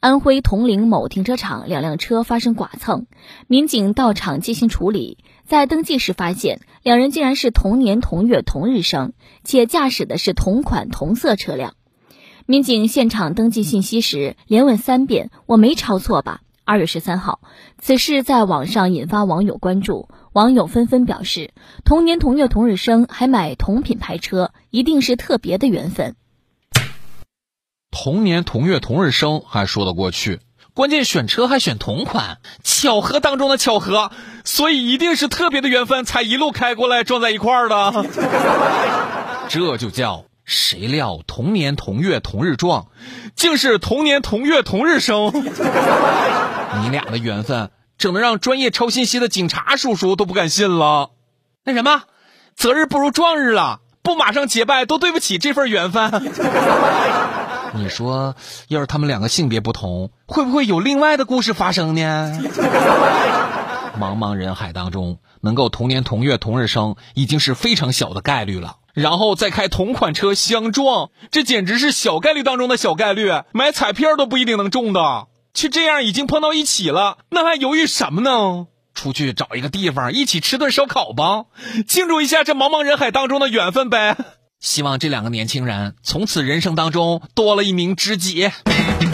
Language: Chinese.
安徽铜陵某停车场两辆车发生剐蹭，民警到场进行处理，在登记时发现两人竟然是同年同月同日生，且驾驶的是同款同色车辆。民警现场登记信息时连问3遍，我没抄错吧？2月13号，此事在网上引发网友关注，网友纷纷表示，同年同月同日生还买同品牌车，一定是特别的缘分。 同年同月同日生还说得过去，关键选车还选同款，巧合当中的巧合，所以一定是特别的缘分才一路开过来撞在一块儿的。这就叫谁料同年同月同日撞，竟是同年同月同日生。你俩的缘分整得让专业抄信息的警察叔叔都不敢信了。那什么，择日不如撞日了，不马上结拜都对不起这份缘分。你说要是他们两个性别不同，会不会有另外的故事发生呢？茫茫人海当中能够同年同月同日生已经是非常小的概率了，然后再开同款车相撞，这简直是小概率当中的小概率，买彩票都不一定能中的。却这样已经碰到一起了，那还犹豫什么呢？出去找一个地方一起吃顿烧烤吧，庆祝一下这茫茫人海当中的缘分呗。希望这两个年轻人从此人生当中多了一名知己。